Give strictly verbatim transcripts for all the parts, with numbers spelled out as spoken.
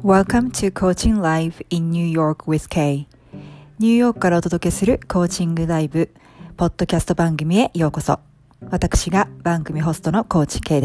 Welcome to Coaching Live in New York with Kay。 ニューヨークからお届けするコーチングライブポッドキャスト番組へようこそ。私が番組ホストのコーチ Kay です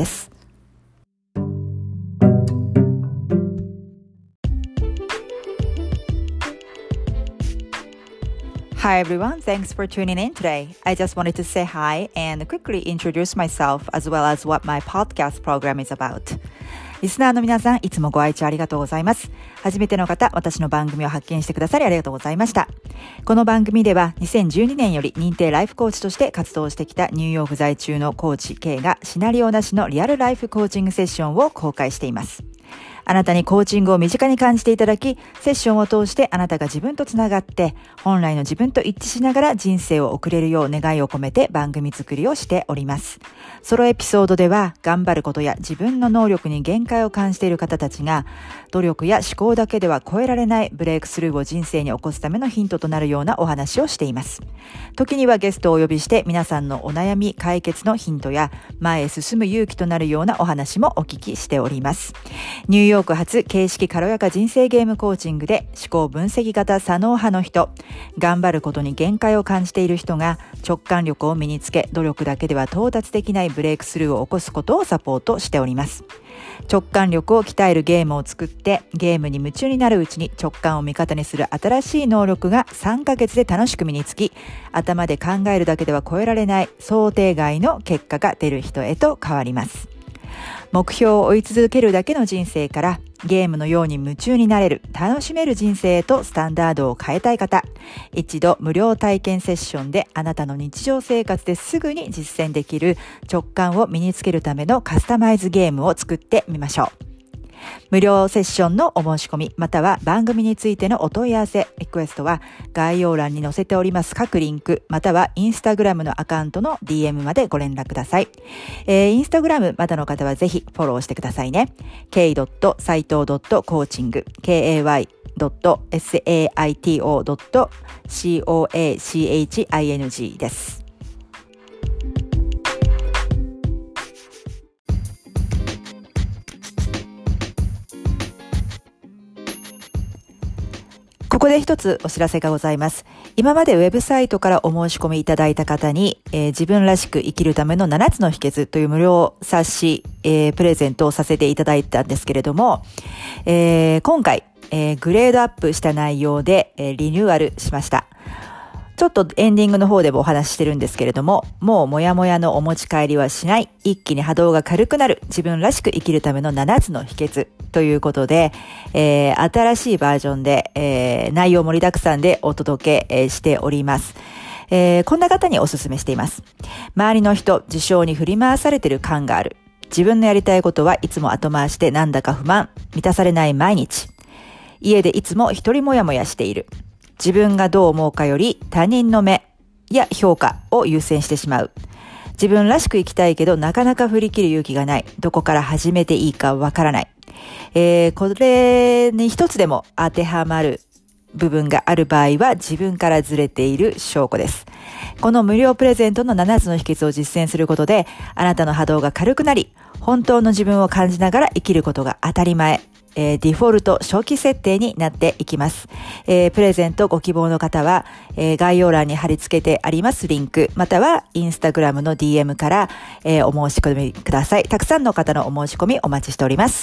。Hi everyone, thanks for tuning in today. I just wanted to say hi and quickly introduce myself as well as what my podcast program is about.リスナーの皆さん、いつもご愛聴ありがとうございます。初めての方、私の番組を発見してくださりありがとうございました。この番組ではにせんじゅうにねんより認定ライフコーチとして活動してきたニューヨーク在中のコーチ K がシナリオなしのリアルライフコーチングセッションを公開しています。あなたにコーチングを身近に感じていただき、セッションを通してあなたが自分とつながって、本来の自分と一致しながら人生を送れるよう願いを込めて番組作りをしております。ソロエピソードでは、頑張ることや自分の能力に限界を感じている方たちが、努力や思考だけでは超えられないブレイクスルーを人生に起こすためのヒントとなるようなお話をしています。時にはゲストをお呼びして皆さんのお悩み解決のヒントや前へ進む勇気となるようなお話もお聞きしております。ニューヨーク発形式軽やか人生ゲームコーチングで思考分析型左脳派の人、頑張ることに限界を感じている人が直感力を身につけ、努力だけでは到達できないブレイクスルーを起こすことをサポートしております。直感力を鍛えるゲームを作って、ゲームに夢中になるうちに直感を味方にする新しい能力がさんかげつで楽しく身につき、頭で考えるだけでは超えられない想定外の結果が出る人へと変わります。目標を追い続けるだけの人生からゲームのように夢中になれる、楽しめる人生へとスタンダードを変えたい方、一度無料体験セッションであなたの日常生活ですぐに実践できる直感を身につけるためのカスタマイズゲームを作ってみましょう。無料セッションのお申し込み、または番組についてのお問い合わせ、リクエストは概要欄に載せております各リンク、またはインスタグラムのアカウントの ディーエム までご連絡ください。えー、インスタグラムまだの方はぜひフォローしてくださいね。ケー サイトウ コーチング ケーエーワイ サイトウ コーチング です。ここで一つお知らせがございます。今までウェブサイトからお申し込みいただいた方に、えー、自分らしく生きるためのななつの秘訣という無料冊子、えー、プレゼントをさせていただいたんですけれども、えー、今回、えー、グレードアップした内容で、えー、リニューアルしました。ちょっとエンディングの方でもお話ししてるんですけれども、もうもやもやのお持ち帰りはしない、一気に波動が軽くなる、自分らしく生きるためのななつの秘訣ということで、えー、新しいバージョンで、えー、内容盛りだくさんでお届け、えー、しております。えー、こんな方にお勧めしています。周りの人、事象に振り回されている感がある。自分のやりたいことはいつも後回しでなんだか不満、満たされない毎日。家でいつも一人もやもやしている。自分がどう思うかより他人の目や評価を優先してしまう。自分らしく生きたいけどなかなか振り切る勇気がない。どこから始めていいかわからない。えー、これに一つでも当てはまる部分がある場合は自分からずれている証拠です。この無料プレゼントのななつの秘訣を実践することであなたの波動が軽くなり、本当の自分を感じながら生きることが当たり前。えー、デフォルト初期設定になっていきます。えー、プレゼントご希望の方は、えー、概要欄に貼り付けてありますリンク、またはインスタグラムの ディーエム から、えー、お申し込みください。たくさんの方のお申し込みお待ちしております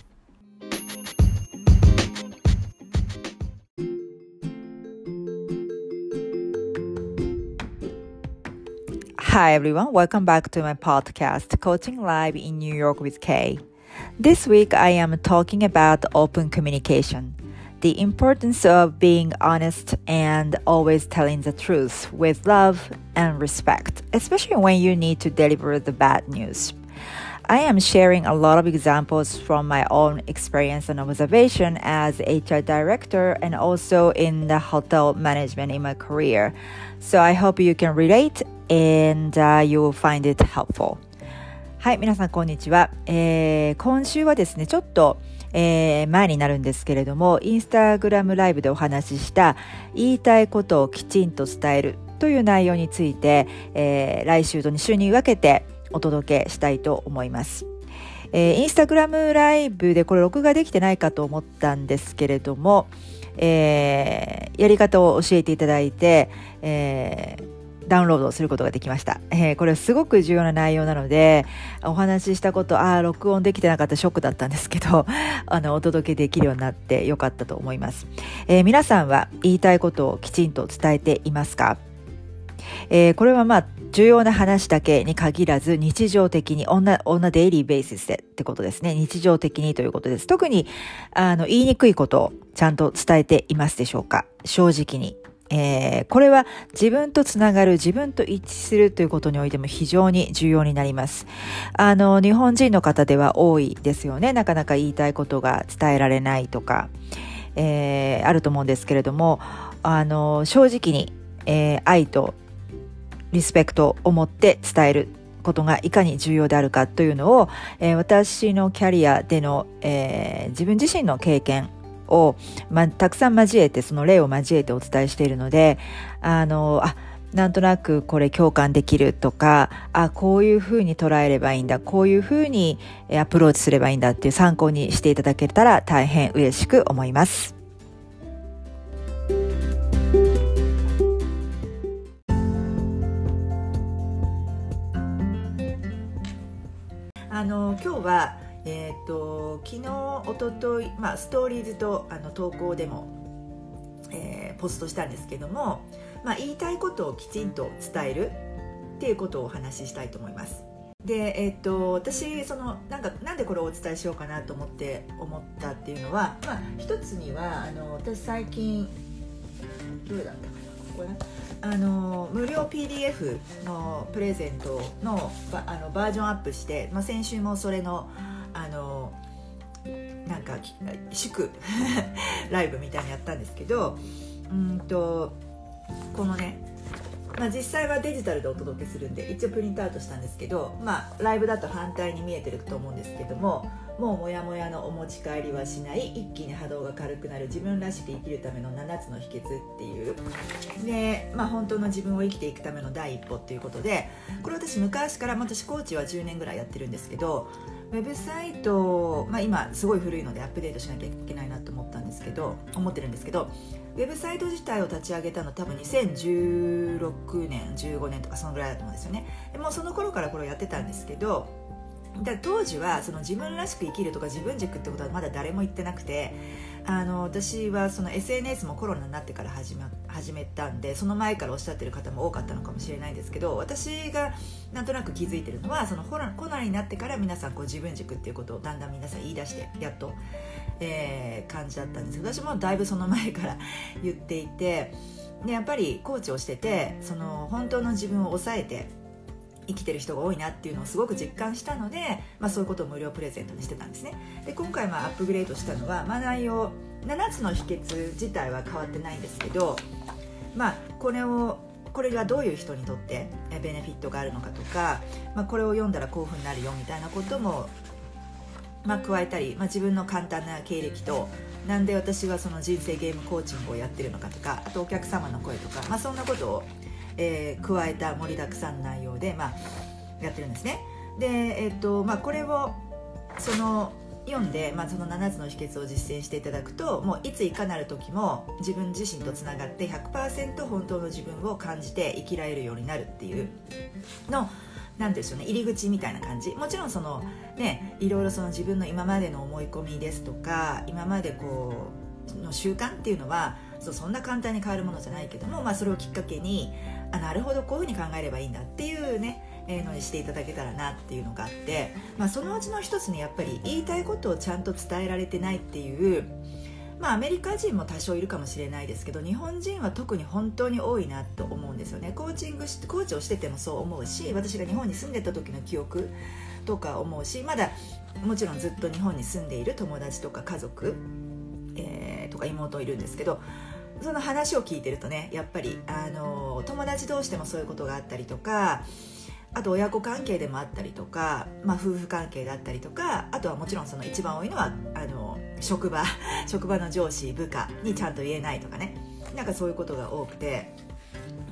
。Hi everyone, welcome back to my podcast, Coaching Live in New York with Kay.This week, I am talking about open communication, the importance of being honest and always telling the truth with love and respect, especially when you need to deliver the bad news. I am sharing a lot of examples from my own experience and observation as H R director and also in the hotel management in my career. So I hope you can relate and uh, you will find it helpful.はい、皆さんこんにちは。えー、今週はですね、ちょっと、えー、前になるんですけれども、インスタグラムライブでお話しした言いたいことをきちんと伝えるという内容について、えー、来週とに週に分けてお届けしたいと思います。 えー、インスタグラムライブでこれ録画できてないかと思ったんですけれども、えー、やり方を教えていただいて、えーダウンロードすることができました、えー、これすごく重要な内容なので、お話ししたことあ録音できてなかったショックだったんですけどあのお届けできるようになってよかったと思います、えー、皆さんは言いたいことをきちんと伝えていますか？えー、これはまあ重要な話だけに限らず、日常的にオンナデイリーベーシスでってことですね。日常的にということです。特にあの言いにくいことをちゃんと伝えていますでしょうか？正直に、えー、これは自分とつながる、自分と一致するということにおいても非常に重要になります。あの日本人の方では多いですよね。なかなか言いたいことが伝えられないとか、えー、あると思うんですけれども、あの正直に、えー、愛とリスペクトを持って伝えることがいかに重要であるかというのを、えー、私のキャリアでの、えー、自分自身の経験を、ま、たくさん交えて、その例を交えてお伝えしているので、あのあなんとなくこれ共感できるとか、あこういうふうに捉えればいいんだ、こういうふうにアプローチすればいいんだっていう参考にしていただけたら大変嬉しく思います。あの今日は、えー、と昨日おととい、まあ、ストーリーズとあの投稿でも、えー、ポストしたんですけども、まあ、言いたいことをきちんと伝えるっていうことをお話ししたいと思います。で、えー、と私そのなんかなんでこれをお伝えしようかなと思って思ったっていうのは、まあ、一つにはあの私最近どれだったかな、ここね、あの無料 ピーディーエフ のプレゼント の, バあのバージョンアップして、まあ、先週もそれのあのなんか祝ライブみたいにやったんですけど、うんとこのね、まあ、実際はデジタルでお届けするんで一応プリントアウトしたんですけど、まあ、ライブだと反対に見えてると思うんですけども、もうモヤモヤのお持ち帰りはしない、一気に波動が軽くなる自分らしく生きるためのななつの秘訣っていうで、まあ、本当の自分を生きていくための第一歩っていうことで、これ私昔から、私コーチはじゅうねんぐらいやってるんですけど、ウェブサイト、まあ、今すごい古いのでアップデートしなきゃいけないなと思ったんですけど思ってるんですけど、ウェブサイト自体を立ち上げたの多分にせんじゅうろくねんじゅうごねんとかそのぐらいだと思うんですよね。でもうその頃からこれをやってたんですけど、だ当時はその自分らしく生きるとか自分軸ってことはまだ誰も言ってなくて、あの私はその エスエヌエス もコロナになってから始め、始めたんで、その前からおっしゃってる方も多かったのかもしれないんですけど、私がなんとなく気づいてるのは、そのコロナになってから皆さんこう自分軸っていうことをだんだん皆さん言い出してやっと、えー、感じだったんですけど、私もだいぶその前から言っていて、でやっぱりコーチをしてて、その本当の自分を抑えて生きてる人が多いなっていうのをすごく実感したので、まあ、そういうことを無料プレゼントにしてたんですね。で今回まあアップグレードしたのは、まあ、内容ななつの秘訣自体は変わってないんですけど、まあ、これをこれがどういう人にとってベネフィットがあるのかとか、まあ、これを読んだらこういうふうになるよみたいなことも、まあ、加えたり、まあ、自分の簡単な経歴となんで私はその人生ゲームコーチングをやってるのかとか、あとお客様の声とか、まあ、そんなことをえー、加えた盛りだくさんの内容で、まあ、やってるんですね。で、えーっとまあ、これをその読んで、まあ、そのななつの秘訣を実践していただくと、もういついかなる時も自分自身とつながって ひゃくパーセント 本当の自分を感じて生きられるようになるっていうのなんでしょうね、入り口みたいな感じ。もちろんその、ね、いろいろその自分の今までの思い込みですとか、今までこうの習慣っていうのはそうそんな簡単に変わるものじゃないけども、まあ、それをきっかけにあなるほどこういうふうに考えればいいんだっていうね、えー、のにしていただけたらなっていうのがあって、まあ、そのうちの一つにやっぱり言いたいことをちゃんと伝えられてないっていう、まあ、アメリカ人も多少いるかもしれないですけど、日本人は特に本当に多いなと思うんですよね。コーチングしコーチをしててもそう思うし、私が日本に住んでた時の記憶とか思うし、まだもちろんずっと日本に住んでいる友達とか家族、えー、とか妹いるんですけど、その話を聞いてるとね、やっぱりあの友達同士でもそういうことがあったりとか、あと親子関係でもあったりとか、まあ、夫婦関係だったりとか、あとはもちろんその一番多いのはあの職場職場の上司部下にちゃんと言えないとかね、なんかそういうことが多くて、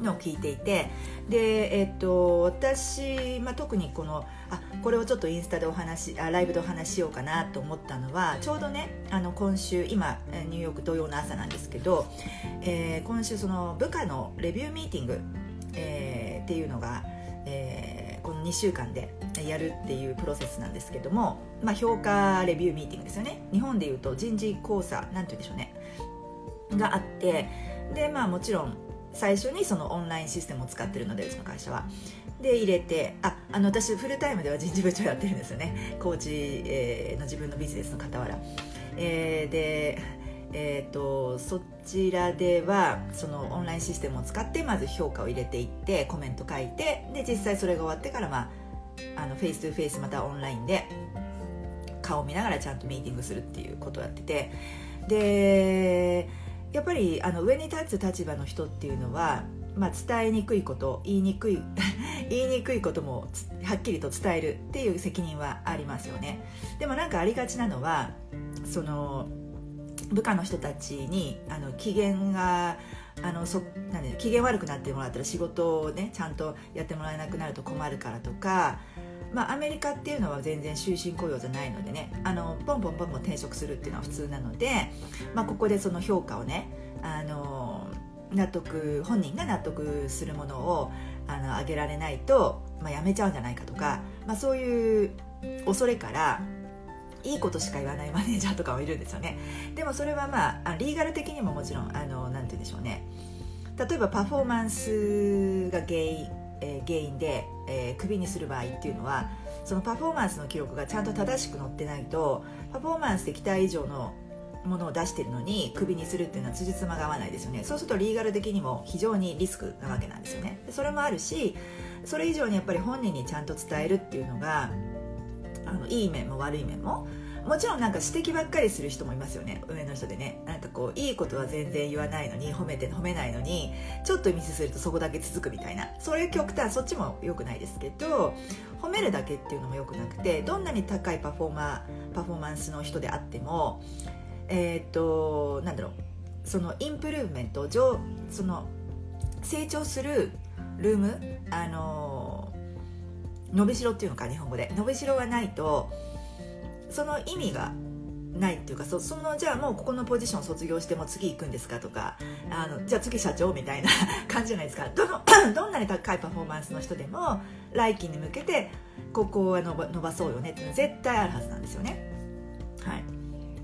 のを聞いていて、で、えっと、私、まあ、特にこのあこれをちょっとインスタでお話あライブでお話ししようかなと思ったのは、ちょうどねあの今週今ニューヨーク土曜の朝なんですけど、えー、今週その部下のレビューミーティング、えー、っていうのが、えー、このにしゅうかんでやるっていうプロセスなんですけども、まあ、評価レビューミーティングですよね。日本でいうと人事考査なんて言うんでしょうねがあって、で、まあ、もちろん最初にそのオンラインシステムを使ってるので、うちの会社はで入れて、ああの私フルタイムでは人事部長やってるんですよね。コーチ、えー、の自分のビジネスの傍ら、えー、で、えー、とそちらではそのオンラインシステムを使ってまず評価を入れていって、コメント書いて、で実際それが終わってから、まあ、あのフェイストゥフェイスまたオンラインで顔を見ながらちゃんとミーティングするっていうことをやってて、でやっぱりあの上に立つ立場の人っていうのは、まあ、伝えにくいこと言いにくい言いにくいこともはっきりと伝えるっていう責任はありますよね。でもなんかありがちなのは、その部下の人たちにあの機嫌があのそなんで機嫌悪くなってもらったら仕事をねちゃんとやってもらえなくなると困るからとか、まあ、アメリカっていうのは全然終身雇用じゃないのでね、あのポンポンポンポン転職するっていうのは普通なので、まあ、ここでその評価をねあの納得本人が納得するものをあの上げられないと、まあ、辞めちゃうんじゃないかとか、まあ、そういう恐れからいいことしか言わないマネージャーとかもいるんですよね。でもそれはまあリーガル的にももちろんあのなんて言うんでしょうね、例えばパフォーマンスが原因えー、原因で、えー、クビにする場合っていうのは、そのパフォーマンスの記録がちゃんと正しく載ってないと、パフォーマンスで期待以上のものを出しているのにクビにするっていうのは辻褄が合わないですよね。そうするとリーガル的にも非常にリスクなわけなんですよね。それもあるし、それ以上にやっぱり本人にちゃんと伝えるっていうのがあのいい面も悪い面も、もちろんなんか指摘ばっかりする人もいますよね、上の人でね。なんかこういいことは全然言わないのに、褒めて褒めないのにちょっとミスするとそこだけ続くみたいな、そういう極端、そっちも良くないですけど、褒めるだけっていうのも良くなくて、どんなに高いパフォーマーパフォーマンスの人であっても、えー、っとなんだろうそのインプルーブメント上その成長するルーム、あの伸びしろっていうのか、日本語で伸びしろがないとその意味がないっていうか、 そ, そのじゃあもうここのポジション卒業しても次行くんですかとか、あのじゃあ次社長みたいな感じじゃないですか。 ど, のどんなに高いパフォーマンスの人でも来期に向けてここは伸 ば, 伸ばそうよねっていうのは絶対あるはずなんですよね。はい、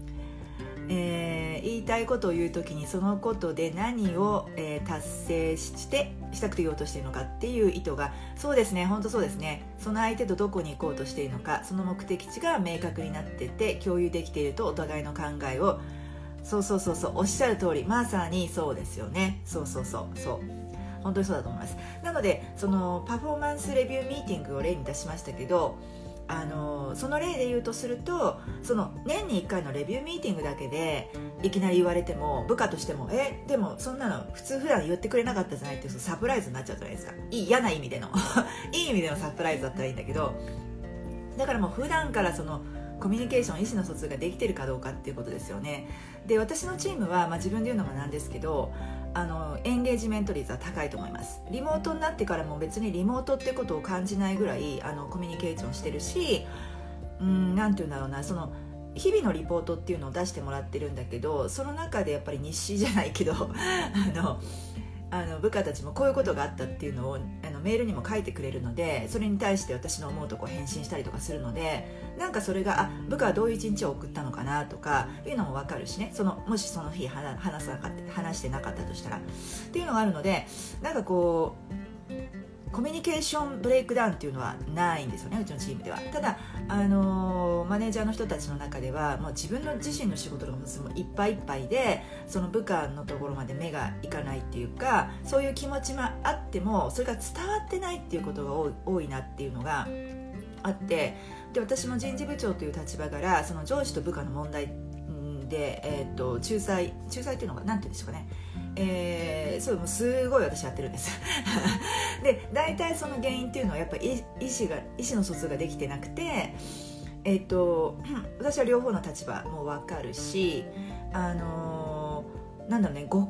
えー、言いたいことを言うときにそのことで何を、えー、達成してしたくて言おうとしているのかっていう意図が、そうですね、本当そうですね、その相手とどこに行こうとしているのか、その目的地が明確になってて共有できているとお互いの考えを、そうそうそうそう、おっしゃる通り、まさにそうですよね、そうそうそうそう、本当にそうだと思います。なのでそのパフォーマンスレビューミーティングを例に出しましたけど、あのその例で言うとすると、その年にいっかいのレビューミーティングだけでいきなり言われても、部下としてもえでもそんなの普通普段言ってくれなかったじゃないっていうサプライズになっちゃうじゃないですか。いい嫌な意味でのいい意味でのサプライズだったらいいんだけど、だからもう普段からそのコミュニケーション、意思の疎通ができてるかどうかっていうことですよね。で、私のチームは、まあ、自分で言うのもなんですけど、あのエンゲージメント率は高いと思います。リモートになってからも別にリモートってことを感じないぐらいあのコミュニケーションしてるし、うーんなんていうんだろうな、その日々のリポートっていうのを出してもらってるんだけど、その中でやっぱり日誌じゃないけどあのあの部下たちもこういうことがあったっていうのをあのメールにも書いてくれるので、それに対して私の思うとこ返信したりとかするので、なんかそれがあ部下はどういう一日を送ったのかなとかいうのも分かるしね、そのもしその日話話さなかった話してなかったとしたらっていうのがあるので、なんかこうコミュニケーションブレイクダウンっていうのはないんですよね、うちのチームでは。ただ、あのー、マネージャーの人たちの中ではもう自分の自身の仕事がもういっぱいいっぱいで、その部下のところまで目がいかないっていうか、そういう気持ちもあってもそれが伝わってないっていうことが多い、多いなっていうのがあって、で私も人事部長という立場からその上司と部下の問題で、えー、と仲裁仲裁っていうのが何て言うんでしょうかね、えー、そうもうすごい私やってるんですで大体その原因っていうのはやっぱり意思が意思の疎通ができてなくて、えー、と私は両方の立場も分かるし、あのー、なんだろうね、誤解が多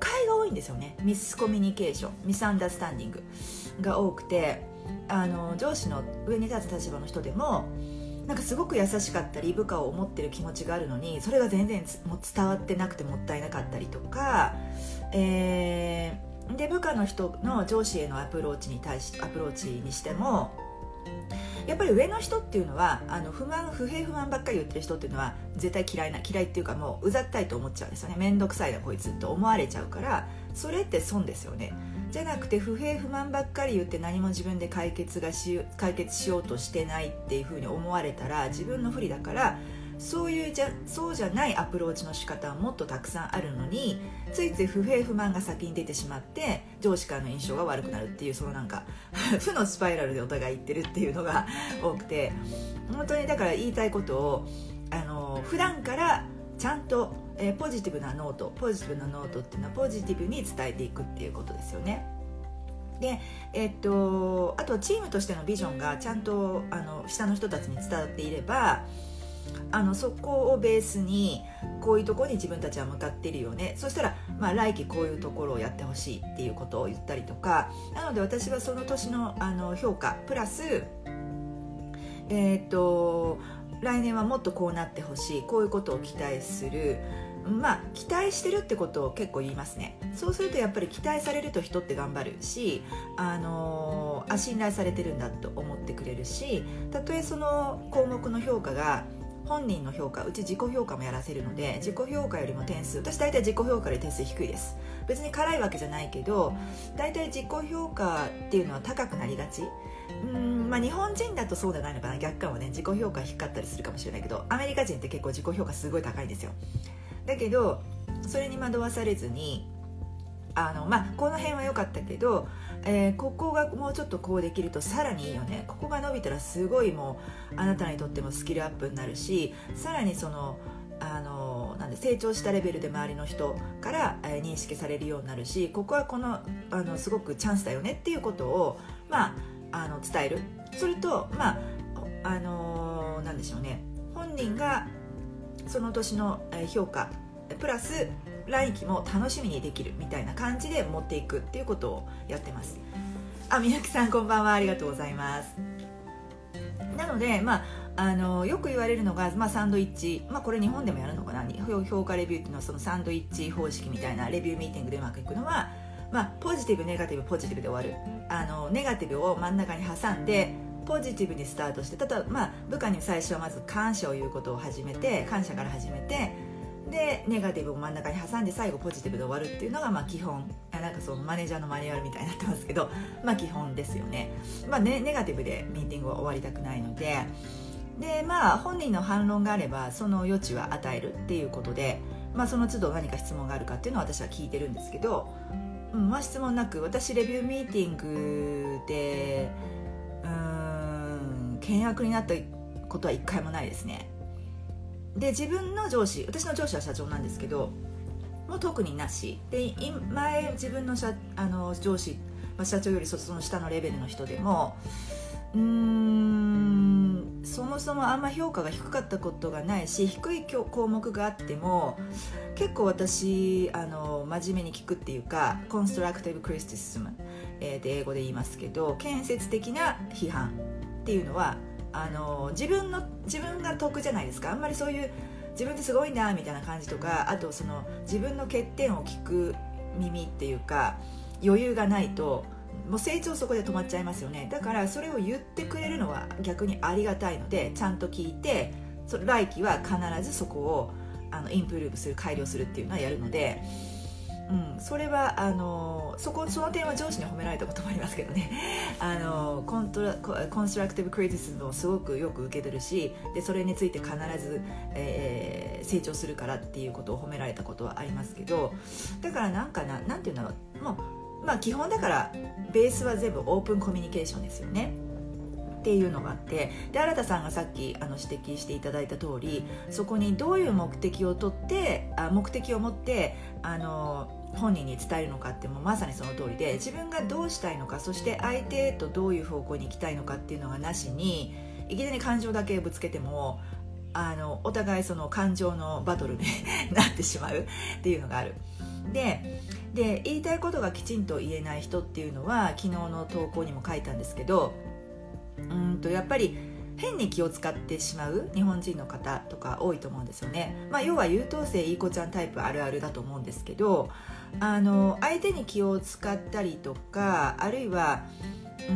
いんですよね。ミスコミュニケーション、ミスアンダースタンディングが多くて、あの上司の上に立つ立場の人でもなんかすごく優しかったり部下を思ってる気持ちがあるのにそれが全然もう伝わってなくてもったいなかったりとか、えー、で部下の人の上司へのアプローチに対しアプローチにしてもやっぱり上の人っていうのはあの不満不平不満ばっかり言ってる人っていうのは絶対嫌いな嫌いっていうかもううざったいと思っちゃうんですよね。めんどくさいなこいつと思われちゃうからそれって損ですよね。じゃなくて不平不満ばっかり言って何も自分で解決がし解決しようとしてないっていうふうに思われたら自分の不利だからそういうじゃそうじゃないアプローチの仕方はもっとたくさんあるのについつい不平不満が先に出てしまって上司からの印象が悪くなるっていうそのなんか負のスパイラルでお互い言ってるっていうのが多くて本当にだから言いたいことをあの普段からちゃんと、えー、ポジティブなノートポジティブなノートっていうのはポジティブに伝えていくっていうことですよね。で、えー、っとあとはチームとしてのビジョンがちゃんとあの下の人たちに伝わっていればあのそこをベースにこういうところに自分たちは向かっているよね。そしたら、まあ、来期こういうところをやってほしいっていうことを言ったりとかなので私はその年の、あの評価プラスえー、っと来年はもっとこうなってほしいこういうことを期待するまあ期待してるってことを結構言いますね。そうするとやっぱり期待されると人って頑張るし、あのー、あ信頼されてるんだと思ってくれるしたとえその項目の評価が本人の評価うち自己評価もやらせるので自己評価よりも点数私大体自己評価より点数低いです。別に辛いわけじゃないけど大体自己評価っていうのは高くなりがちうん、まあ、日本人だとそうじゃないのかな。逆かもね自己評価低かったりするかもしれないけどアメリカ人って結構自己評価すごい高いんですよ。だけどそれに惑わされずにあの、まあ、この辺は良かったけど、えー、ここがもうちょっとこうできるとさらにいいよねここが伸びたらすごいもうあなたにとってもスキルアップになるしさらにそのあのなんで成長したレベルで周りの人から、えー、認識されるようになるしここはこの、あのすごくチャンスだよねっていうことを、まあ、あの伝える。それとまああのなんでしょうね本人がその年の評価プラス来期も楽しみにできるみたいな感じで持っていくっていうことをやってます。あ、みなきさんこんばんはありがとうございます。なので、まあ、あのよく言われるのが、まあ、サンドイッチ、まあ、これ日本でもやるのかな評価レビューっていうのはそのサンドイッチ方式みたいなレビューミーティングでうまくいくのは、まあ、ポジティブネガティブポジティブで終わるあのネガティブを真ん中に挟んでポジティブにスタートしてただ、まあ、部下に最初はまず感謝を言うことを始めて感謝から始めてでネガティブを真ん中に挟んで最後ポジティブで終わるっていうのがまあ基本なんかそのマネージャーのマニュアルみたいになってますけどまあ基本ですよね。まあねネガティブでミーティングは終わりたくないのででまあ本人の反論があればその余地は与えるっていうことで、まあ、その都度何か質問があるかっていうのは私は聞いてるんですけど、うんまあ、質問なく私レビューミーティングでうーん険悪になったことは一回もないですね。で自分の上司私の上司は社長なんですけどもう特になしで前自分の社あの上司、まあ、社長よりその下のレベルの人でもうーんそもそもあんま評価が低かったことがないし低い項目があっても結構私あの真面目に聞くっていうかコンストラクティブクリティシズム、えー、で英語で言いますけど建設的な批判っていうのはあの自分の自分が得じゃないですか。あんまりそういう自分ってすごいなみたいな感じとかあとその自分の欠点を聞く耳っていうか余裕がないともう成長そこで止まっちゃいますよね。だからそれを言ってくれるのは逆にありがたいのでちゃんと聞いてそ来期は必ずそこをあのインプルーブする改良するっていうのはやるので、うん、それはあのそこその点は上司に褒められたこともありますけどねあのコントラコンストラクティブクリティシズムをすごくよく受け取るしでそれについて必ず、えー、成長するからっていうことを褒められたことはありますけどだからなんかななんていうんだろうもうまあ基本だからベースは全部オープンコミュニケーションですよねっていうのがあってで新田さんがさっきあの指摘していただいた通りそこにどういう目的をとってあ目的を持ってあの本人に伝えるのかってもうまさにその通りで自分がどうしたいのかそして相手とどういう方向に行きたいのかっていうのがなしにいきなり感情だけぶつけてもあのお互いその感情のバトルになってしまうっていうのがある。 でで言いたいことがきちんと言えない人っていうのは昨日の投稿にも書いたんですけど、うんとやっぱり変に気を使ってしまう日本人の方とか多いと思うんですよね。まあ、要は優等生いい子ちゃんタイプあるあるだと思うんですけど、あの相手に気を使ったりとか、あるいはうん、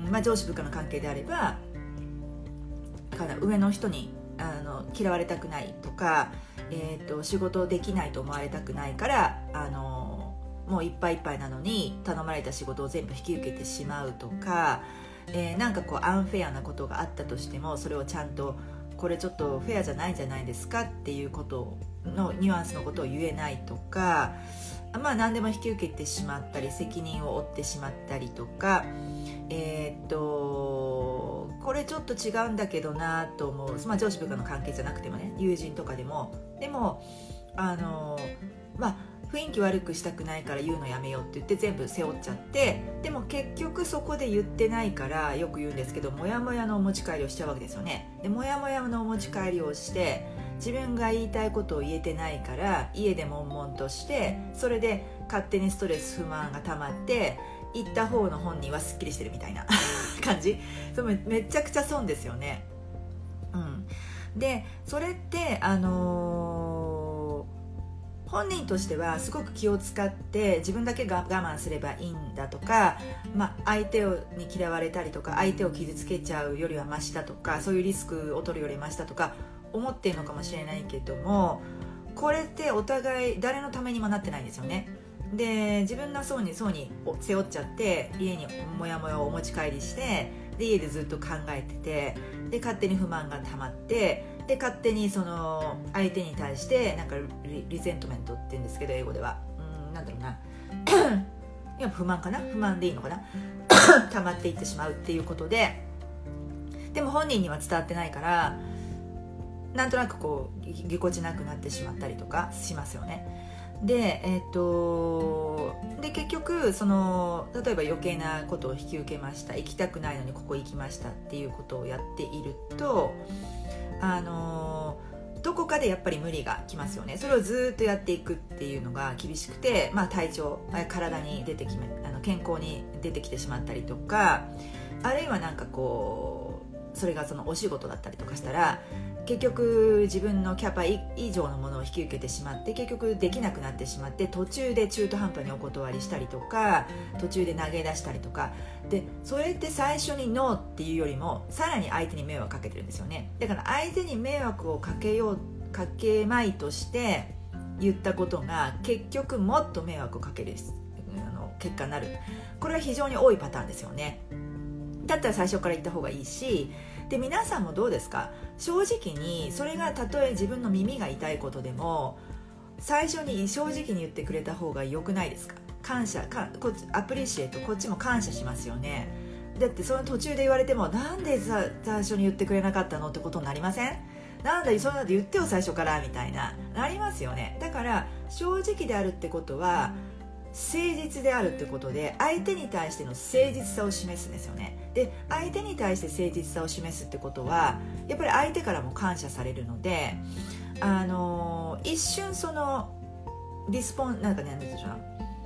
まあ、上司部下の関係であれば上の人にあの嫌われたくないとか、えー、と仕事できないと思われたくないからあのもういっぱいいっぱいなのに頼まれた仕事を全部引き受けてしまうとか、えー、なんかこうアンフェアなことがあったとしてもそれをちゃんとこれちょっとフェアじゃないんじゃないですかっていうことのニュアンスのことを言えないとか、まあ何でも引き受けてしまったり責任を負ってしまったりとか、えー、っとこれちょっと違うんだけどなと思う、まあ、上司部下の関係じゃなくてもね、友人とかでもでもあのまあ雰囲気悪くしたくないから言うのやめようって言って全部背負っちゃって、でも結局そこで言ってないからよく言うんですけどモヤモヤのお持ち帰りをしちゃうわけですよね。でモヤモヤのお持ち帰りをして自分が言いたいことを言えてないから家で悶々として、それで勝手にストレス不満が溜まって言った方の本人はすっきりしてるみたいな感じ。それめちゃくちゃ損ですよね。うん、でそれってあのー、本人としてはすごく気を使って自分だけが我慢すればいいんだとか、まあ、相手に嫌われたりとか相手を傷つけちゃうよりはマシだとか、そういうリスクを取るよりマシだとか思っているのかもしれないけども、これってお互い誰のためにもなってないんですよね。で自分の層に層に背負っちゃって家にモヤモヤをお持ち帰りしてで家でずっと考えててで勝手に不満が溜まってで勝手にその相手に対してなんか リ, リゼントメントって言うんですけど英語ではうんなんだろうないや不満かな不満でいいのかな溜まっていってしまうっていうことで、でも本人には伝わってないからなんとなくこうぎこちなくなってしまったりとかしますよね。で、えー、とで結局その例えば余計なことを引き受けました、行きたくないのにここ行きましたっていうことをやっているとあのどこかでやっぱり無理がきますよね。それをずっとやっていくっていうのが厳しくて、まあ、体調体に出てきあの健康に出てきてしまったりとか、あるいはなんかこうそれがそのお仕事だったりとかしたら結局自分のキャパ以上のものを引き受けてしまって結局できなくなってしまって途中で中途半端にお断りしたりとか途中で投げ出したりとかで、それって最初にノーっていうよりもさらに相手に迷惑かけてるんですよね。だから相手に迷惑をかけようかけまいとして言ったことが結局もっと迷惑をかけるあの結果になる。これは非常に多いパターンですよね。だったら最初から言った方がいいし、で皆さんもどうですか、正直にそれがたとえ自分の耳が痛いことでも最初に正直に言ってくれた方が良くないですか。感謝かこっちアプリシエイト、こっちも感謝しますよね。だってその途中で言われてもなんでさ最初に言ってくれなかったのってことになりません？なんだそんなの言ってよ最初からみたいななりますよね。だから正直であるってことは誠実であるってことで相手に対しての誠実さを示すんですよね。で相手に対して誠実さを示すってことはやっぱり相手からも感謝されるので、あのー、一瞬そのリスポンなんかね、なんて言うんでしょうな、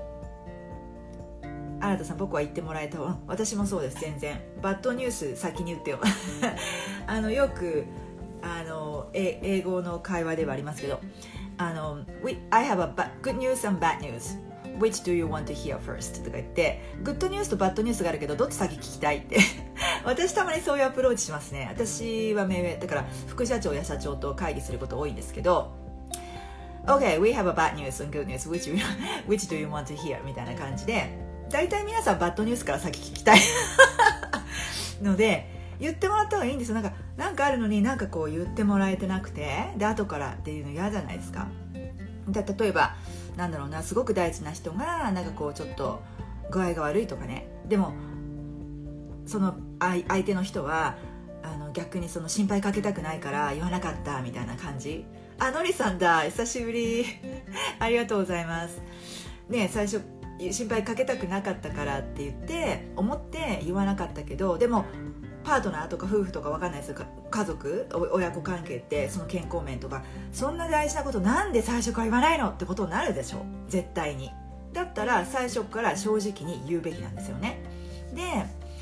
新田さん僕は言ってもらえたわ、私もそうです。全然バッドニュース先に言ってよあのよくあのえ英語の会話ではありますけど、あの I have a good news and bad news.Which do you want to hear first? とか言ってグッドニュースとバッドニュースがあるけどどっち先聞きたいって私たまにそういうアプローチしますね。私は目上だから副社長や社長と会議すること多いんですけど OK, we have a bad news and good news which, which do you want to hear? みたいな感じでだいたい皆さんバッドニュースから先聞きたいので言ってもらった方がいいんですよ。なんか、なんかあるのになんかこう言ってもらえてなくてで後からっていうの嫌じゃないですか。で例えばなんだろうな、すごく大事な人がなんかこうちょっと具合が悪いとかね、でもその相手の人はあの逆にその心配かけたくないから言わなかったみたいな感じ。あ、のりさんだ、久しぶりありがとうございますね。最初心配かけたくなかったからって言って思って言わなかったけど、でもパートナーとか夫婦とか分かんないですよ、家族親子関係ってその健康面とかそんな大事なことなんで最初から言わないのってことになるでしょ、絶対に。だったら最初から正直に言うべきなんですよね。で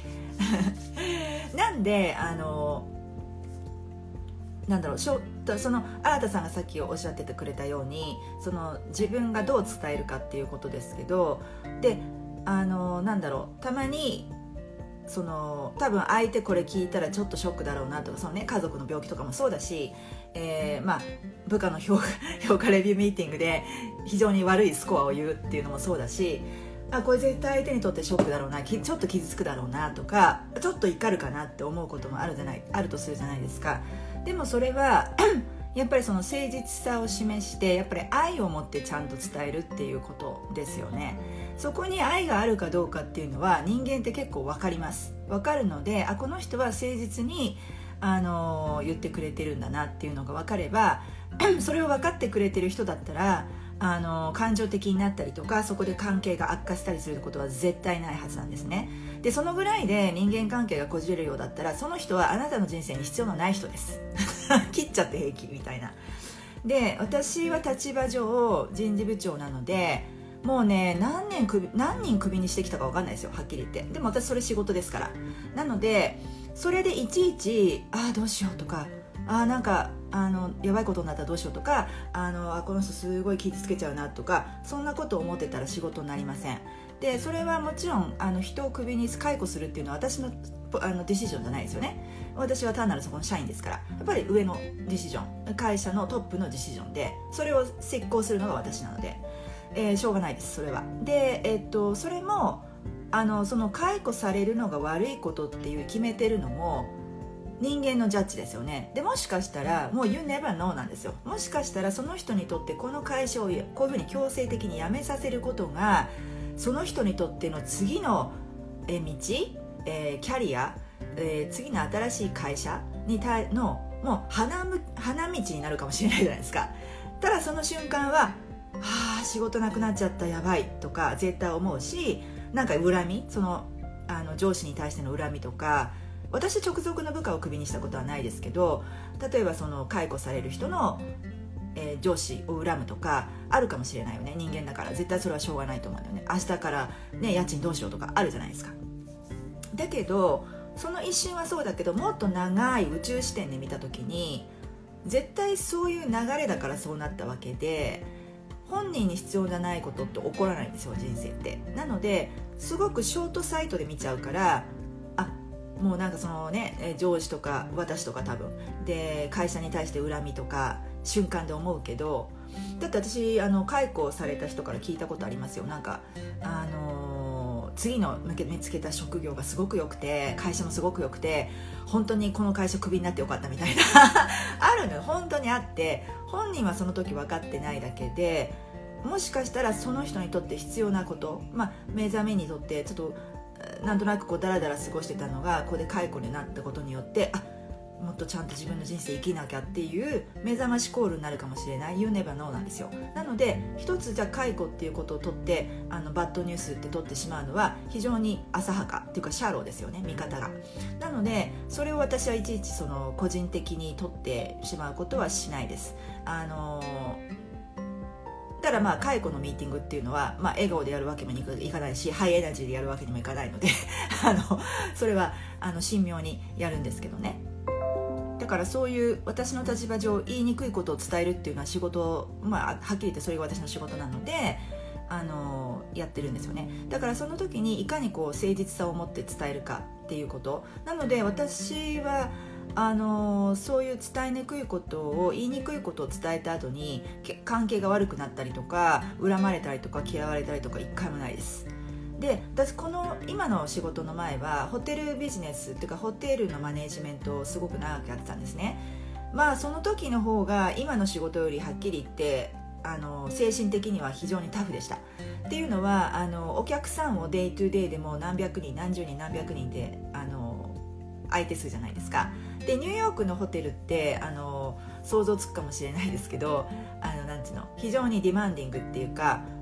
なんであのなんだろうしょその新さんがさっきおっしゃっててくれたようにその自分がどう伝えるかっていうことですけど、であのなんだろうたまにその多分相手これ聞いたらちょっとショックだろうなとかその、ね、家族の病気とかもそうだし、えーまあ、部下の評価、評価レビューミーティングで非常に悪いスコアを言うっていうのもそうだし、あこれ絶対相手にとってショックだろうな、ちょっと傷つくだろうなとかちょっと怒るかなって思うこともあるじゃないあるとするじゃないですか。でもそれはやっぱりその誠実さを示してやっぱり愛を持ってちゃんと伝えるっていうことですよね。そこに愛があるかどうかっていうのは人間って結構分かります分かるので、あこの人は誠実にあの言ってくれてるんだなっていうのが分かればそれを分かってくれてる人だったらあの感情的になったりとかそこで関係が悪化したりすることは絶対ないはずなんですね。でそのぐらいで人間関係がこじれるようだったらその人はあなたの人生に必要のない人です切っちゃって平気みたいな。で私は立場上人事部長なのでもうね何年首何人クビにしてきたか分かんないですよはっきり言って。でも私それ仕事ですから。なのでそれでいちいちああどうしようとかあなんかあのやばいことになったらどうしようとかあのあこの人すごい傷つけちゃうなとかそんなことを思ってたら仕事になりません。でそれはもちろんあの人をクビに解雇するっていうのは私のあのディシジョンじゃないですよね。私は単なるそこの社員ですからやっぱり上のディシジョン会社のトップのディシジョンでそれを執行するのが私なので、えー、しょうがないですそれは。で、えっとそれもあのその解雇されるのが悪いことっていう決めてるのも人間のジャッジですよね。でもしかしたらもう You never know なんですよ。もしかしたらその人にとってこの会社をこういうふうに強制的に辞めさせることがその人にとっての次の道、えー、キャリア、えー、次の新しい会社にたのもう 花, 花道になるかもしれないじゃないですか。ただその瞬間ははあ仕事なくなっちゃったやばいとか絶対思うし、なんか恨みそのあの上司に対しての恨みとか、私直属の部下をクビにしたことはないですけど例えばその解雇される人の、えー、上司を恨むとかあるかもしれないよね。人間だから絶対それはしょうがないと思うんだよね。明日から、ね、家賃どうしようとかあるじゃないですか。だけどその一瞬はそうだけどもっと長い宇宙視点で見た時に絶対そういう流れだからそうなったわけで本人に必要じゃないことって起こらないんですよ人生って。なのですごくショートサイトで見ちゃうからあもうなんかそのね上司とか私とか多分で会社に対して恨みとか瞬間で思うけど、だって私あの解雇された人から聞いたことありますよ。なんかあのー、次の見つけた職業がすごく良くて会社もすごく良くて本当にこの会社クビになってよかったみたいなあるのよ本当にあって、本人はその時分かってないだけでもしかしたらその人にとって必要なこと、まあ、目覚めにとってちょっとなんとなくこうダラダラ過ごしてたのがここで解雇になったことによってあもっとちゃんと自分の人生生きなきゃっていう目覚ましコールになるかもしれない You never know なんですよ。なので一つじゃ解雇っていうことを取ってあのバッドニュースって取ってしまうのは非常に浅はかっていうかシャローですよね見方が。なのでそれを私はいちいちその個人的に取ってしまうことはしないです。あのだからまあ解雇のミーティングっていうのは、まあ、笑顔でやるわけにもいかないしハイエナジーでやるわけにもいかないのであのそれはあの神妙にやるんですけどね。だからそういう私の立場上言いにくいことを伝えるっていうのは仕事、まあ、はっきり言ってそれが私の仕事なのであのやってるんですよね。だからその時にいかにこう誠実さを持って伝えるかっていうことなので、私はあのそういう伝えにくいことを言いにくいことを伝えた後に関係が悪くなったりとか恨まれたりとか嫌われたりとか一回もないです。で私この今の仕事の前はホテルビジネスっていうかホテルのマネージメントをすごく長くやってたんですね。まあその時の方が今の仕事よりはっきり言ってあの精神的には非常にタフでした。っていうのはあのお客さんをデイトゥデイでも何百人何十人何百人であの相手するじゃないですか。でニューヨークのホテルってあの想像つくかもしれないですけどあのなんていうの非常にディマンディングっていうか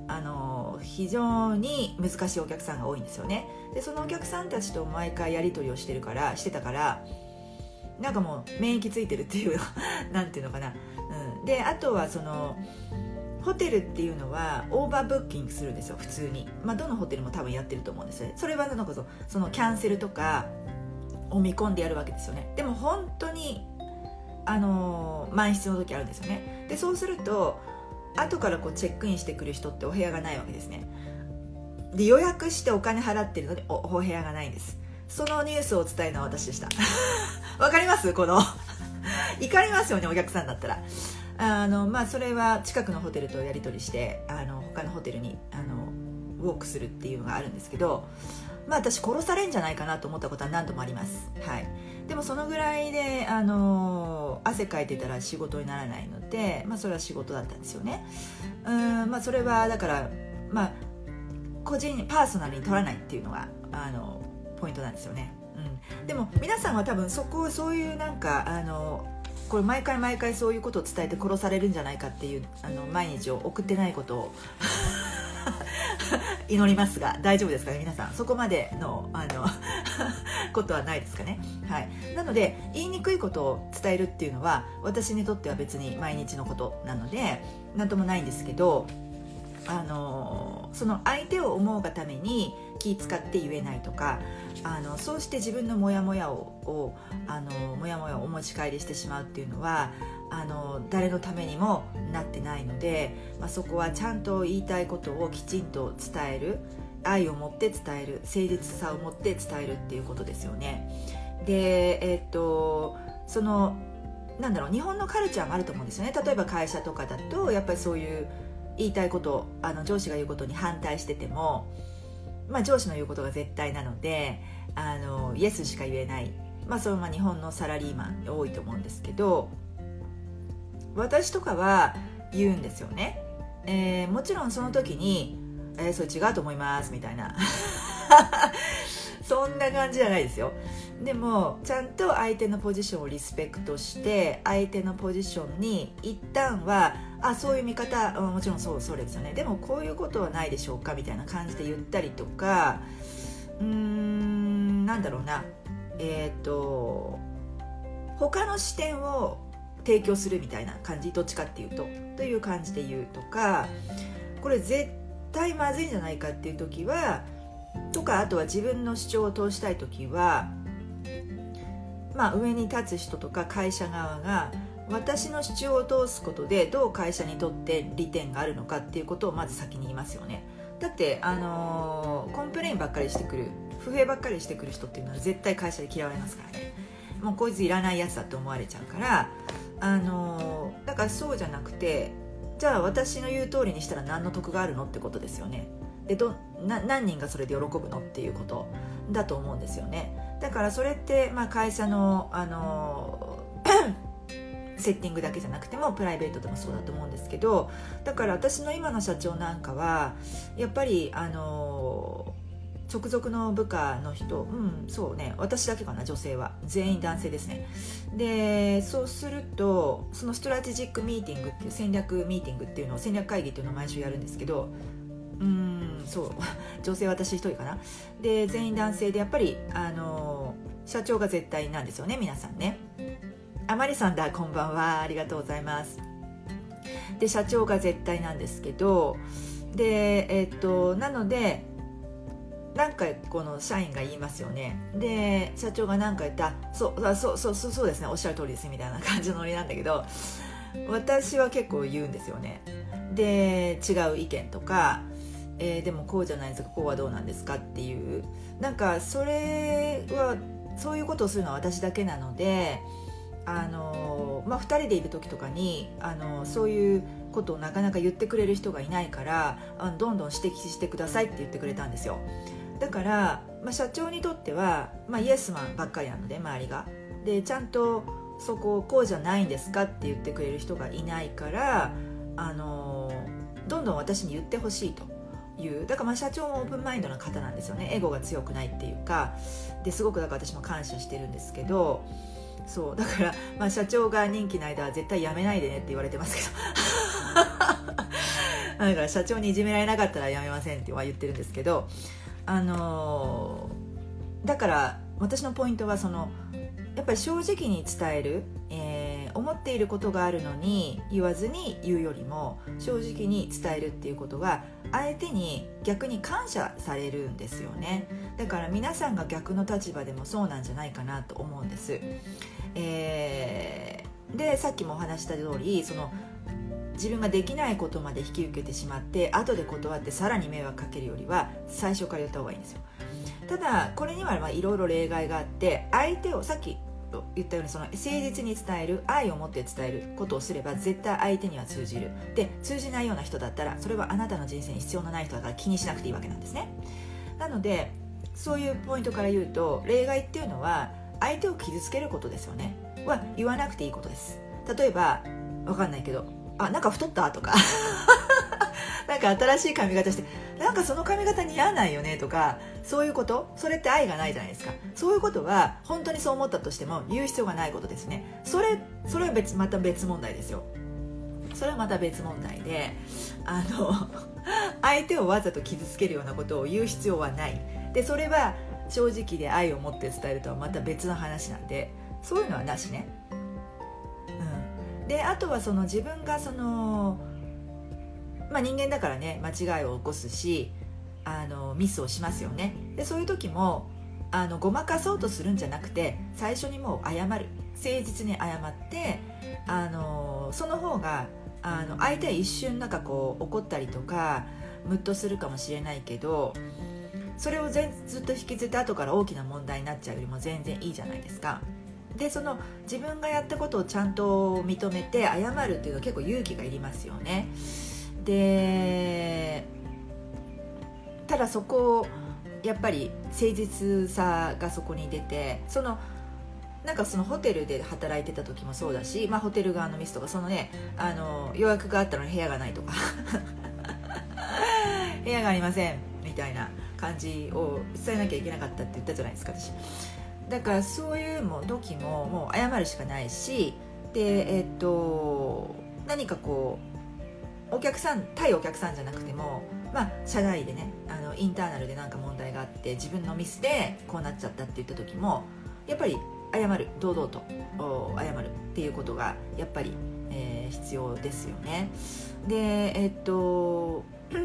あの非常に難しいお客さんが多いんですよね。でそのお客さんたちと毎回やり取りをしてるからしてたからなんかもう免疫ついてるっていうなんていうのかな、うん、であとはそのホテルっていうのはオーバーブッキングするんですよ普通に、まあ、どのホテルも多分やってると思うんですよ。それはなんかそのキャンセルとかを見込んでやるわけですよね。でも本当にあの満室の時あるんですよね。でそうすると後からこうチェックインしてくる人ってお部屋がないわけですね。で予約してお金払ってるので お, お部屋がないんです。そのニュースを伝えるのは私でしたわかります？この怒りますよねお客さんだったら。あの、まあ、それは近くのホテルとやり取りしてあの他のホテルにあのウォークするっていうのがあるんですけど、まあ、私殺されんじゃないかなと思ったことは何度もあります、はい、でもそのぐらいであの汗かいてたら仕事にならないので、まあ、それは仕事だったんですよね。うん、まあ、それはだから、まあ、個人パーソナルに取らないっていうのがあのポイントなんですよね、うん、でも皆さんは多分そこそういうなんかあのこれ毎回毎回そういうことを伝えて殺されるんじゃないかっていうあの毎日を送ってないことを祈りますが大丈夫ですかね皆さん。そこまでのあのことはないですかね、はい、なので言いにくいことを伝えるっていうのは私にとっては別に毎日のことなのでなんともないんですけど、あのその相手を思うがために気使って言えないとか、あのそうして自分のモヤモヤををあのモヤモヤをお持ち帰りしてしまうっていうのはあの誰のためにもなってないので、まあ、そこはちゃんと言いたいことをきちんと伝える、愛を持って伝える、誠実さを持って伝えるっていうことですよね。で、えー、っとそのなんだろう日本のカルチャーもあると思うんですよね。例えば会社とかだとやっぱりそういう言いたいことあの上司が言うことに反対してても、まあ、上司の言うことが絶対なのであのイエスしか言えない、まあ、それは日本のサラリーマン多いと思うんですけど、私とかは言うんですよね、えー、もちろんその時に、えー、それ違うと思いますみたいなそんな感じじゃないですよ。でもちゃんと相手のポジションをリスペクトして相手のポジションに一旦はあそういう見方もちろんそうそうですよね、でもこういうことはないでしょうかみたいな感じで言ったりとか、うーんなんだろうなえっと他の視点を提供するみたいな感じ、どっちかっていうとという感じで言うとか、これ絶対まずいんじゃないかっていう時はとか、あとは自分の主張を通したい時は、まあ、上に立つ人とか会社側が私の主張を通すことでどう会社にとって利点があるのかっていうことをまず先に言いますよね。だって、あのー、コンプレインばっかりしてくる不平ばっかりしてくる人っていうのは絶対会社で嫌われますからね。もうこいついらないやつだと思われちゃうから、あのー、だからそうじゃなくて、じゃあ私の言う通りにしたら何の得があるのってことですよね。でどな何人がそれで喜ぶのっていうことだと思うんですよね。だからそれって、まあ、会社の、あのセッティングだけじゃなくてもプライベートでもそうだと思うんですけど、だから私の今の社長なんかはやっぱり、あの直属の部下の人、うんそうね私だけかな、女性は全員男性ですね。でそうするとそのストラテジックミーティングっていう戦略ミーティングっていうのを戦略会議っていうのを毎週やるんですけど、うんそう女性私一人かな。で全員男性でやっぱりあの社長が絶対なんですよね皆さんね。あまりさんだこんばんは、ありがとうございます。で社長が絶対なんですけど、でえっとなので何回この社員が言いますよね。で社長が何回言ったそうそうそうそうそうですねおっしゃる通りですみたいな感じのノリなんだけど、私は結構言うんですよね。で違う意見とか、えー、でもこうじゃないですか、こうはどうなんですかっていう、なんかそれはそういうことをするのは私だけなので、あのまあ、ふたりでいる時とかにあのそういうことをなかなか言ってくれる人がいないからあのどんどん指摘してくださいって言ってくれたんですよ。だから、まあ、社長にとっては、まあ、イエスマンばっかりなので周りがでちゃんとそここうじゃないんですかって言ってくれる人がいないから、あのどんどん私に言ってほしいという、だからまあ社長もオープンマインドな方なんですよね。エゴが強くないっていうかですごくだから私も感謝してるんですけど、そうだから、まあ、社長が任期の間は絶対辞めないでねって言われてますけどだから社長にいじめられなかったらやめませんっては言ってるんですけど、あのー、だから私のポイントはそのやっぱり正直に伝える、えー、思っていることがあるのに言わずに言うよりも正直に伝えるっていうことが相手に逆に感謝されるんですよね。だから皆さんが逆の立場でもそうなんじゃないかなと思うんです、えー、でさっきもお話した通りその自分ができないことまで引き受けてしまって後で断ってさらに迷惑かけるよりは最初から言った方がいいんですよ。ただこれにはいろいろ例外があって、相手をさっき言ったようにその誠実に伝える、愛を持って伝えることをすれば絶対相手には通じる。で通じないような人だったらそれはあなたの人生に必要のない人だから気にしなくていいわけなんですね。なのでそういうポイントから言うと、例外っていうのは相手を傷つけることですよねは言わなくていいことです。例えばわかんないけど、あ、なんか太ったとかなんか新しい髪型してなんかその髪型似合わないよねとか、そういうこと、それって愛がないじゃないですか。そういうことは本当にそう思ったとしても言う必要がないことですね。それそれは別また別問題ですよ。それはまた別問題で、あの相手をわざと傷つけるようなことを言う必要はない。でそれは正直で愛を持って伝えるとはまた別の話なんで、そういうのはなしね。うん、であとはその自分がそのまあ、人間だからね間違いを起こすし、あのミスをしますよね。でそういう時もあのごまかそうとするんじゃなくて最初にもう謝る、誠実に謝って、あのその方があの相手は一瞬なんかこう怒ったりとかムッとするかもしれないけど、それをずっと引きずって後から大きな問題になっちゃうよりも全然いいじゃないですか。でその自分がやったことをちゃんと認めて謝るっていうのは結構勇気がいりますよね。でただそこやっぱり誠実さがそこに出て、そのなんかそのホテルで働いてた時もそうだし、まあ、ホテル側のミスとかそのね、あの予約があったのに部屋がないとか部屋がありませんみたいな感じを伝えなきゃいけなかったって言ったじゃないですか私。だからそういうも時ももう謝るしかないし、でえっと何かこうお客さん対お客さんじゃなくても、まあ、社内でねあのインターナルで何か問題があって自分のミスでこうなっちゃったって言った時もやっぱり謝る、堂々と謝るっていうことがやっぱり、えー、必要ですよね。でえっと、うん、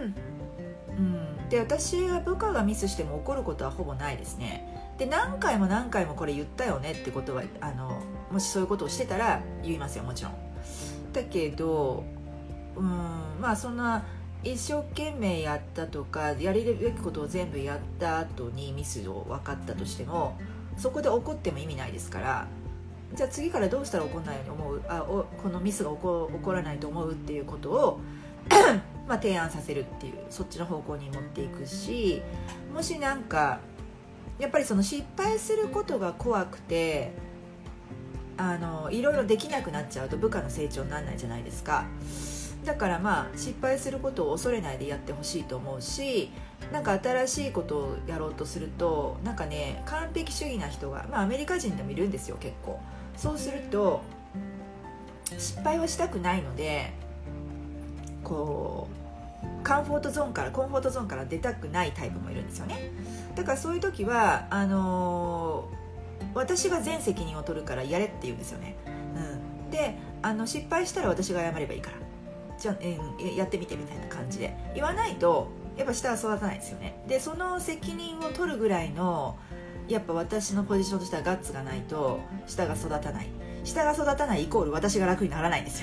で私は部下がミスしても怒ることはほぼないですね。で何回も何回もこれ言ったよねってことはあのもしそういうことをしてたら言いますよ、もちろん。だけどうん、まあそんな一生懸命やったとかやるべきことを全部やった後にミスを分かったとしてもそこで怒っても意味ないですから、じゃあ次からどうしたら怒らないように思う、あおこのミスが起 こ, 起こらないと思うっていうことをまあ提案させるっていう、そっちの方向に持っていくし、もしなんかやっぱりその失敗することが怖くてあのいろいろできなくなっちゃうと部下の成長にならないじゃないですか。だからまあ失敗することを恐れないでやってほしいと思うし、なんか新しいことをやろうとするとなんかね完璧主義な人が、まあ、アメリカ人でもいるんですよ結構。そうすると失敗はしたくないのでこうカンフォートゾーンからコンフォートゾーンから出たくないタイプもいるんですよね。だからそういう時はあのー、私が全責任を取るからやれって言うんですよね、うん、であの失敗したら私が謝ればいいからじゃあ、えー、やってみてみたいな感じで言わないとやっぱ下は育たないですよね。でその責任を取るぐらいのやっぱ私のポジションとしてはガッツがないと下が育たない、下が育たないイコール私が楽にならないんですよ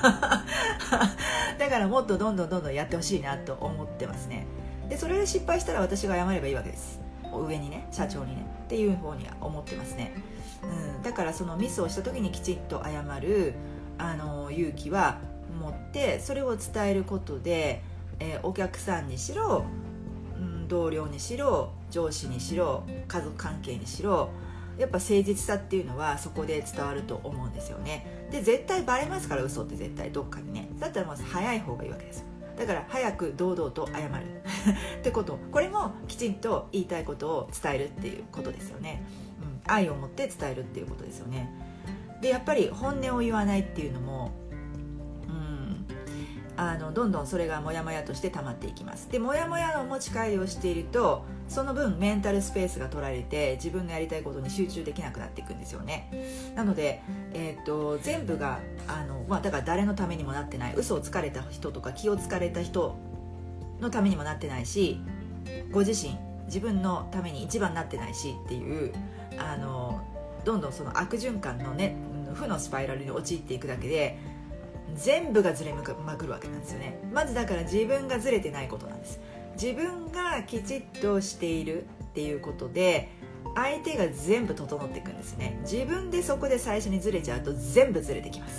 だからもっとどんどんどんどんやってほしいなと思ってますね。でそれで失敗したら私が謝ればいいわけです、上にね、社長にねっていう方には思ってますね、うん、だからそのミスをした時にきちっと謝るあの勇気は持ってそれを伝えることで、えー、お客さんにしろ、うん、同僚にしろ上司にしろ家族関係にしろやっぱ誠実さっていうのはそこで伝わると思うんですよね。で絶対バレますから、嘘って絶対どっかにね。だったらまず早い方がいいわけですよ。だから早く堂々と謝るってこと、これもきちんと言いたいことを伝えるっていうことですよね、うん、愛を持って伝えるっていうことですよね。でやっぱり本音を言わないっていうのもあのどんどんそれがモヤモヤとして溜まっていきます。でモヤモヤのお持ち帰りをしているとその分メンタルスペースが取られて自分のやりたいことに集中できなくなっていくんですよね。なので、えー、と全部があの、まあ、だから誰のためにもなってない、嘘をつかれた人とか気をつかれた人のためにもなってないし、ご自身自分のために一番なってないしっていうあのどんどんその悪循環のね負のスパイラルに陥っていくだけで全部がずれまくるわけなんですよね。まずだから自分がずれてないことなんです。自分がきちっとしているっていうことで相手が全部整っていくんですね。自分でそこで最初にずれちゃうと全部ずれてきます。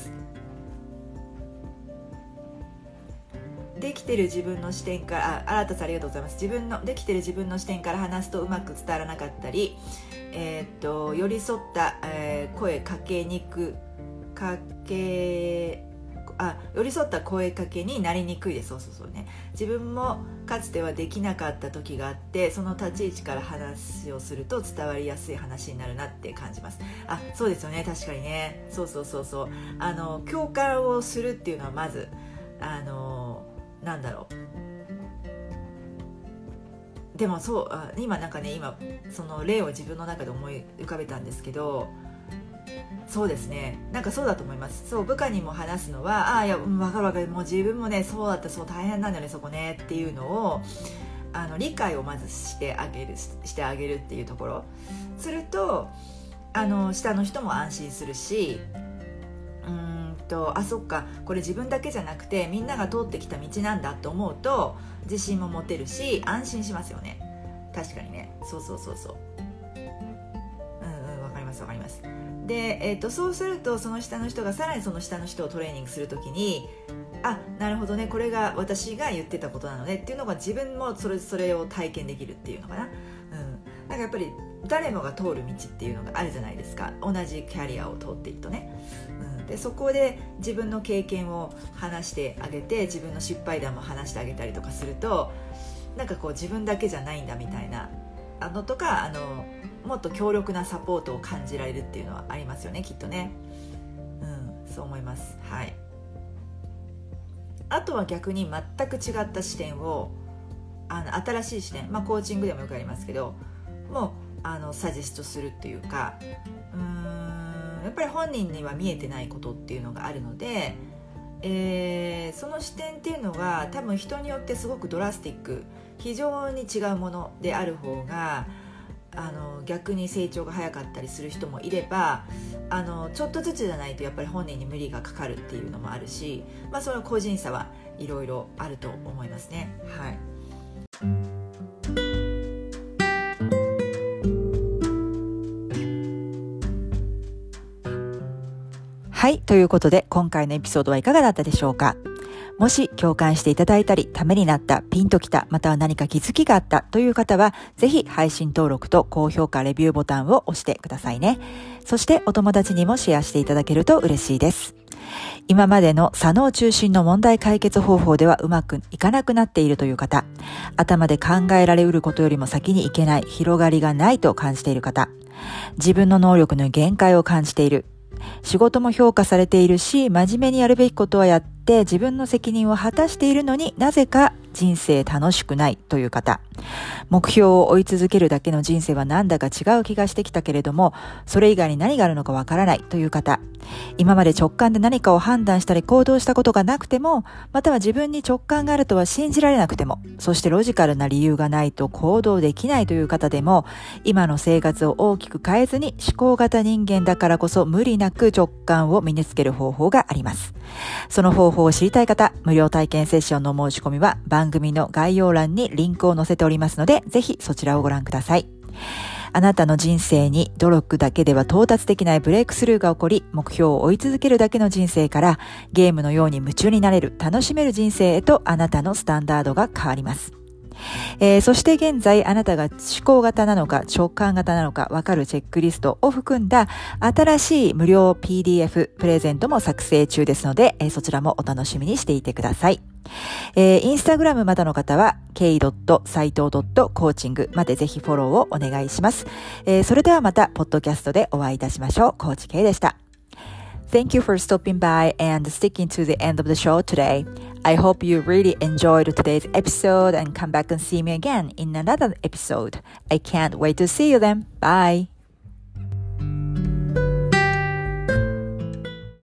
できてる自分の視点からあ、新田さんありがとうございます。自分のできてる自分の視点から話すとうまく伝わらなかったり、えー、っと寄り添った、えー、声かけにくかけあ寄り添った声かけになりにくいです。そうそうそうね。自分もかつてはできなかった時があって、その立ち位置から話をすると伝わりやすい話になるなって感じます。あ、そうですよね。確かにね。そうそうそうそう。あの共感をするっていうのはまずあのなんだろう。でもそうあ今なんかね今その例を自分の中で思い浮かべたんですけど。そうですね、なんかそうだと思います。そう部下にも話すのはあいや分かる分かる、もう自分もねそうだったそう大変なんだよねそこねっていうのをあの理解をまずしてあげるしてあげるっていうところするとあの下の人も安心するし、うーんとあそっかこれ自分だけじゃなくてみんなが通ってきた道なんだと思うと自信も持てるし安心しますよね。確かにね。そうそうそうそう。うんうんわかりますわかります。で、えー、とそうするとその下の人がさらにその下の人をトレーニングするときにあなるほどねこれが私が言ってたことなのねっていうのが自分もそれ、それを体験できるっていうのかな、うん、なんかやっぱり誰もが通る道っていうのがあるじゃないですか。同じキャリアを通っていくとね、うん、でそこで自分の経験を話してあげて自分の失敗談も話してあげたりとかするとなんかこう自分だけじゃないんだみたいなあのとかあのもっと強力なサポートを感じられるっていうのはありますよねきっとね、うん、そう思います。はい。あとは逆に全く違った視点をあの新しい視点、まあ、コーチングでもよくありますけどもうあのサジェストするっていうかうーんやっぱり本人には見えてないことっていうのがあるので、えー、その視点っていうのが多分人によってすごくドラスティック非常に違うものである方があの逆に成長が早かったりする人もいればあのちょっとずつじゃないとやっぱり本人に無理がかかるっていうのもあるし、まあ、その個人差はいろいろあると思いますね。はい。はい、ということで今回のエピソードはいかがだったでしょうか。もし共感していただいたり、ためになった、ピンときた、または何か気づきがあったという方は、ぜひ配信登録と高評価、レビューボタンを押してくださいね。そしてお友達にもシェアしていただけると嬉しいです。今までの左脳中心の問題解決方法ではうまくいかなくなっているという方、頭で考えられうることよりも先にいけない、広がりがないと感じている方、自分の能力の限界を感じている、仕事も評価されているし、真面目にやるべきことはやって自分の責任を果たしているのになぜか人生楽しくないという方、目標を追い続けるだけの人生はなんだか違う気がしてきたけれどもそれ以外に何があるのかわからないという方、今まで直感で何かを判断したり行動したことがなくても、または自分に直感があるとは信じられなくても、そしてロジカルな理由がないと行動できないという方でも、今の生活を大きく変えずに思考型人間だからこそ無理なく直感を身につける方法があります。その方法を知りたい方、無料体験セッションの申し込みは番組の概要欄にリンクを載せておりますので、ぜひそちらをご覧ください。あなたの人生に努力だけでは到達できないブレイクスルーが起こり、目標を追い続けるだけの人生からゲームのように夢中になれる、楽しめる人生へとあなたのスタンダードが変わります。えー、そして現在あなたが思考型なのか直感型なのかわかるチェックリストを含んだ新しい無料 ピーディーエフ プレゼントも作成中ですので、えー、そちらもお楽しみにしていてください。えー、インスタグラムまだの方は ケーサイトウ コーチング までぜひフォローをお願いします。えー、それではまたポッドキャストでお会いいたしましょう。コーチ K でした。Thank you for stopping by and sticking to the end of the show today. I hope you really enjoyed today's episode and come back and see me again in another episode. I can't wait to see you then. Bye!